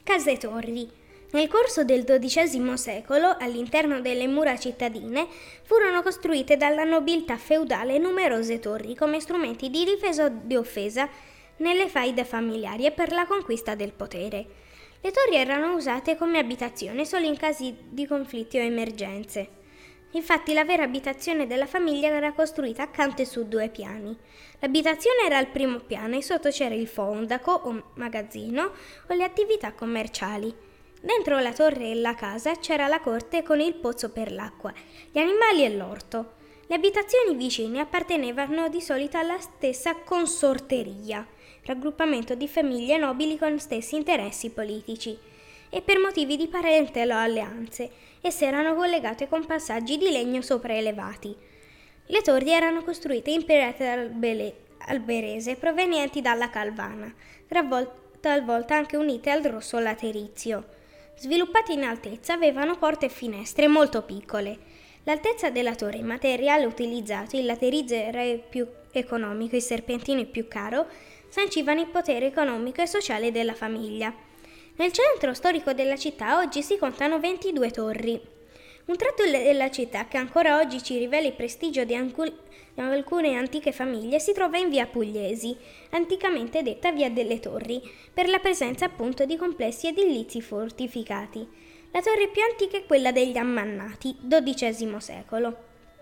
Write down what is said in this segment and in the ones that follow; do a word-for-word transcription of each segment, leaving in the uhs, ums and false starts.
Case torri. Nel corso del dodicesimo secolo, all'interno delle mura cittadine, furono costruite dalla nobiltà feudale numerose torri come strumenti di difesa o di offesa nelle faide familiari e per la conquista del potere. Le torri erano usate come abitazione solo in casi di conflitti o emergenze. Infatti la vera abitazione della famiglia era costruita accanto e su due piani. L'abitazione era al primo piano e sotto c'era il fondaco o magazzino o le attività commerciali. Dentro la torre e la casa c'era la corte con il pozzo per l'acqua, gli animali e l'orto. Le abitazioni vicine appartenevano di solito alla stessa consorteria, raggruppamento di famiglie nobili con stessi interessi politici, e per motivi di parentela o alleanze, esse erano collegate con passaggi di legno sopraelevati. Le torri erano costruite in pietre albele- alberese provenienti dalla Calvana, talvolta anche unite al rosso laterizio. Sviluppate in altezza, avevano porte e finestre molto piccole. L'altezza della torre, il materiale utilizzato, il laterizio era più economico, il serpentino è più caro, sancivano il potere economico e sociale della famiglia. Nel centro storico della città oggi si contano ventidue torri. Un tratto della città che ancora oggi ci rivela il prestigio di alcune antiche famiglie si trova in via Pugliesi, anticamente detta via delle Torri, per la presenza appunto di complessi edilizi fortificati. La torre più antica è quella degli Ammannati, dodicesimo secolo.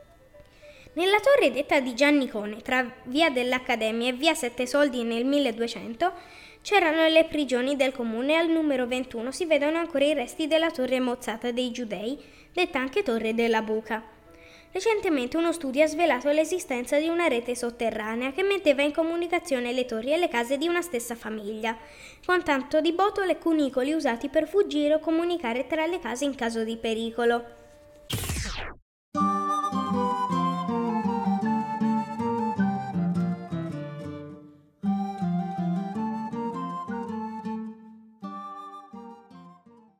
Nella torre detta di Giannicone, tra via dell'Accademia e via Sette Soldi nel milleduecento, c'erano le prigioni del comune e al numero ventuno si vedono ancora i resti della torre mozzata dei Giudei, detta anche Torre della Buca. Recentemente uno studio ha svelato l'esistenza di una rete sotterranea che metteva in comunicazione le torri e le case di una stessa famiglia, con tanto di botole e cunicoli usati per fuggire o comunicare tra le case in caso di pericolo.